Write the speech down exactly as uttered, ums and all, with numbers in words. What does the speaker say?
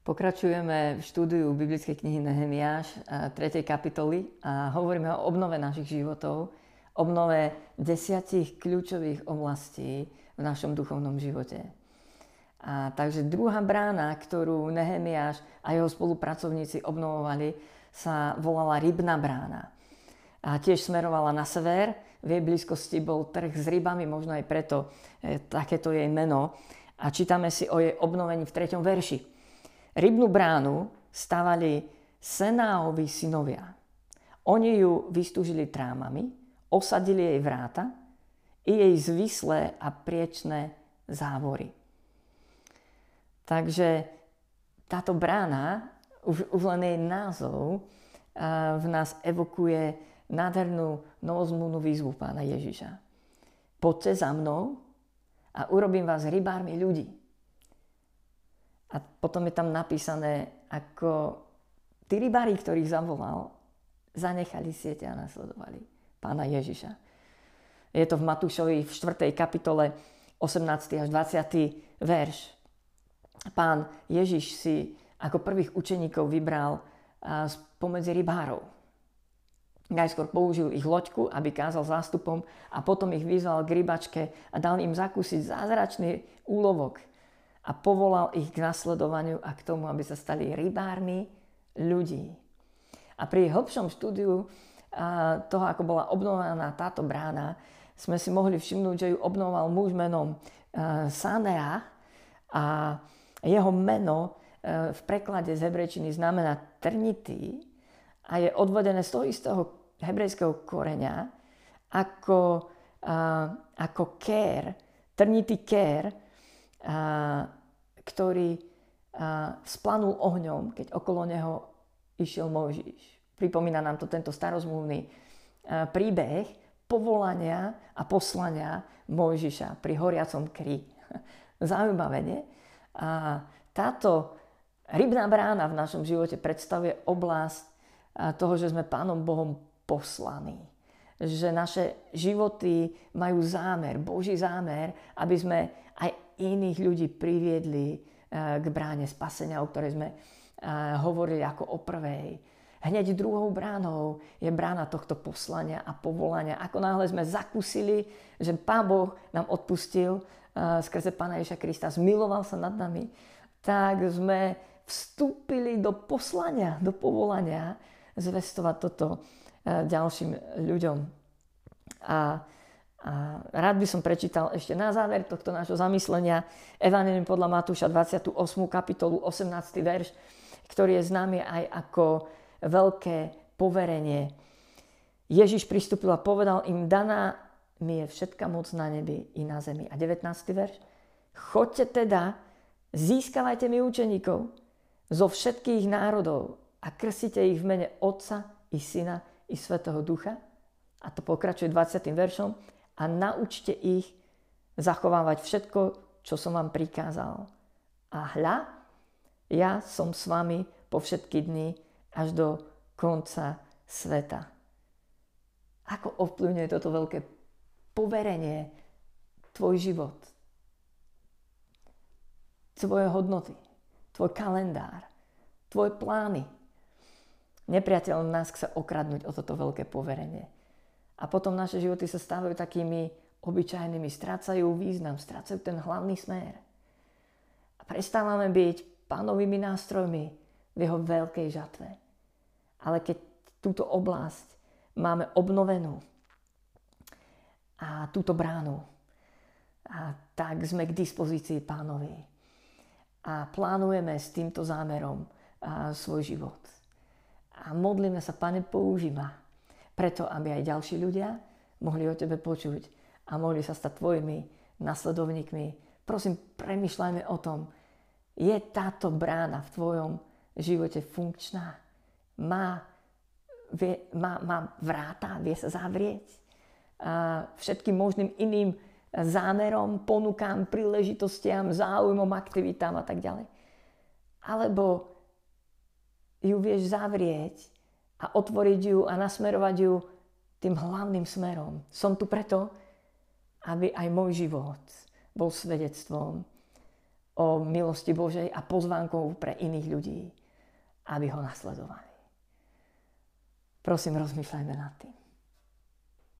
Pokračujeme v štúdiu biblickej knihy Nehemiáš, tretej kapitoly a hovoríme o obnove našich životov, obnove desiatich kľúčových oblastí v našom duchovnom živote. A takže druhá brána, ktorú Nehemiáš a jeho spolupracovníci obnovovali, sa volala Rybná brána. A tiež smerovala na sever, v jej blízkosti bol trh s rybami, možno aj preto e, takéto jej meno. A čítame si o jej obnovení v treťom verši. Rybnú bránu stavali Senáovi synovia. Oni ju vystúžili trámami, osadili jej vráta i jej zvislé a priečné závory. Takže táto brána, už, už len jej názov, v nás evokuje nádhernú novozmluvnú výzvu Pána Ježiša. Poďte za mnou a urobím vás rybármi ľudí. A potom je tam napísané, ako tí rybári, ktorých zavolal, zanechali siete a nasledovali Pána Ježiša. Je to v Matúšovi v štvrtej kapitole osemnásty až dvadsiaty verš. Pán Ježiš si ako prvých učeníkov vybral spomedzi rybárov. Najskôr použil ich loďku, aby kázal zástupom a potom ich vyzval k rybačke a dal im zakúsiť zázračný úlovok. A povolal ich k nasledovaniu a k tomu, aby sa stali rybármi ľudí. A pri hlbšom štúdiu toho, ako bola obnovená táto brána, sme si mohli všimnúť, že ju obnovoval muž menom Sanea a jeho meno v preklade z hebrejčiny znamená trnitý a je odvodené z toho istého hebrejského koreňa ako, ako kér, trnitý kér, ktorý splanul ohňom, keď okolo neho išiel Mojžiš. Pripomína nám to tento starozmluvný príbeh povolania a poslania Mojžiša pri horiacom kri. Zaujímavé, nie? A táto rybná brána v našom živote predstavuje oblasť toho, že sme Pánom Bohom poslaní. Že naše životy majú zámer, Boží zámer, aby sme aj iných ľudí priviedli k bráne spasenia, o ktorej sme hovorili ako o prvej. Hneď druhou bránou je brána tohto poslania a povolania. Ako náhle sme zakúsili, že Pán Boh nám odpustil skrze Pána Ježiša Krista, zmiloval sa nad nami, tak sme vstúpili do poslania, do povolania zvestovať toto ďalším ľuďom. A A rád by som prečítal ešte na záver tohto nášho zamyslenia Evanjelium podľa Matúša dvadsiatu ôsmu kapitolu osemnásty verš, ktorý je známy aj ako veľké poverenie. Ježiš pristúpil a povedal im, daná mi je všetka moc na nebi i na zemi. A devätnásty verš. Choďte teda, získavajte mi učeníkov zo všetkých národov a krstite ich v mene Otca i Syna i Svätého Ducha. A to pokračuje dvadsiatym veršom. A naučte ich zachovávať všetko, čo som vám prikázal. A hľa, ja som s vami po všetky dni až do konca sveta. Ako ovplyvňuje toto veľké poverenie tvoj život, tvoje hodnoty, tvoj kalendár, tvoje plány. Nepriateľ nás chce okradnúť o toto veľké poverenie. A potom naše životy sa stávajú takými obyčajnými, strácajú význam, strácajú ten hlavný smer. A prestávame byť Pánovými nástrojmi v jeho veľkej žatve. Ale keď túto oblasť máme obnovenú a túto bránu, a tak sme k dispozícii Pánovi. A plánujeme s týmto zámerom a svoj život. A modlíme sa, Pane, použij ma, preto, aby aj ďalší ľudia mohli o tebe počuť a mohli sa stať tvojimi nasledovníkmi. Prosím, premýšľajme o tom, je táto brána v tvojom živote funkčná? Má, vie, má, má vráta, vie sa zavrieť? A všetkým možným iným zámerom, ponukám, príležitostiam, záujmom, aktivitám a tak ďalej. Alebo ju vieš zavrieť a otvoriť ju a nasmerovať ju tým hlavným smerom. Som tu preto, aby aj môj život bol svedectvom o milosti Božej a pozvánkou pre iných ľudí, aby ho nasledovali. Prosím, rozmýšľajme nad tým.